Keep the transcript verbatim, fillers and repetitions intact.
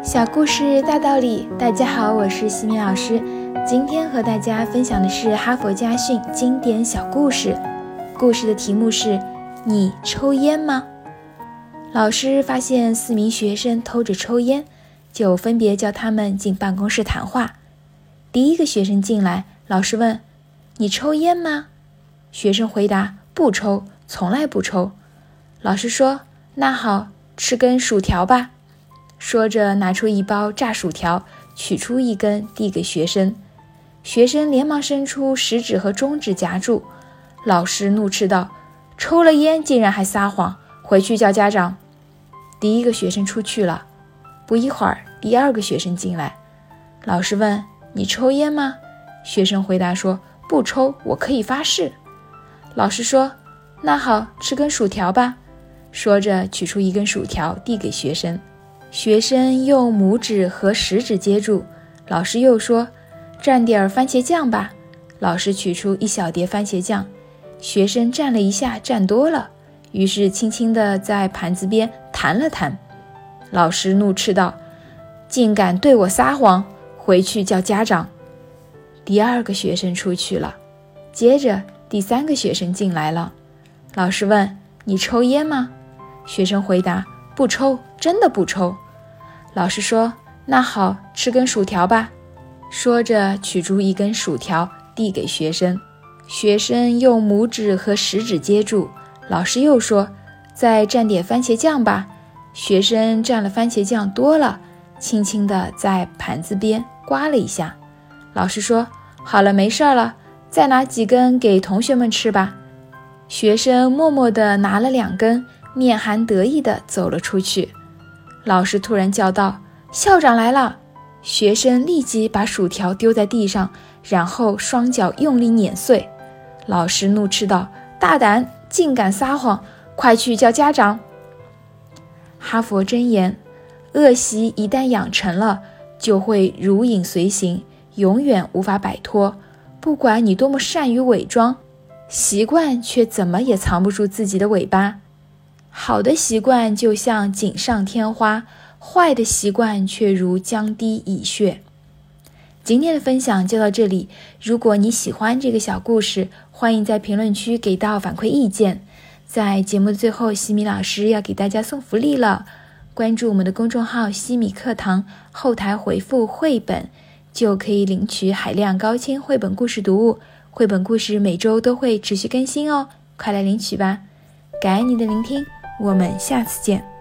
小故事大道理，大家好，我是西米老师。今天和大家分享的是哈佛家训经典小故事，故事的题目是你抽烟吗？老师发现四名学生偷着抽烟，就分别叫他们进办公室谈话。第一个学生进来，老师问，你抽烟吗？学生回答，不抽，从来不抽。老师说，那好，吃根薯条吧。说着拿出一包炸薯条，取出一根递给学生。学生连忙伸出食指和中指夹住。老师怒斥道，抽了烟竟然还撒谎，回去叫家长。第一个学生出去了。不一会儿，第二个学生进来。老师问，你抽烟吗？学生回答说，不抽，我可以发誓。老师说，那好，吃根薯条吧。说着取出一根薯条递给学生。学生用拇指和食指接住。老师又说，蘸点番茄酱吧。老师取出一小碟番茄酱。学生蘸了一下，蘸多了，于是轻轻地在盘子边弹了弹。老师怒斥道，竟敢对我撒谎，回去叫家长。第二个学生出去了。接着第三个学生进来了。老师问，你抽烟吗？学生回答，不抽，真的不抽。老师说，那好，吃根薯条吧。说着取出一根薯条递给学生。学生用拇指和食指接住。老师又说，再蘸点番茄酱吧。学生蘸了番茄酱多了，轻轻地在盘子边刮了一下。老师说，好了，没事了，再拿几根给同学们吃吧。学生默默地拿了两根，面含得意地走了出去。老师突然叫道，校长来了。学生立即把薯条丢在地上，然后双脚用力碾碎。老师怒斥道，大胆，竟敢撒谎，快去叫家长。哈佛箴言，恶习一旦养成了，就会如影随形，永远无法摆脱。不管你多么善于伪装，习惯却怎么也藏不住自己的尾巴。好的习惯就像锦上添花，坏的习惯却如江滴蚁穴。今天的分享就到这里，如果你喜欢这个小故事，欢迎在评论区给到反馈意见。在节目的最后，西米老师要给大家送福利了，关注我们的公众号西米课堂，后台回复绘本，就可以领取海量高清绘本故事读物，绘本故事每周都会持续更新哦，快来领取吧。感恩你的聆听，我们下次见。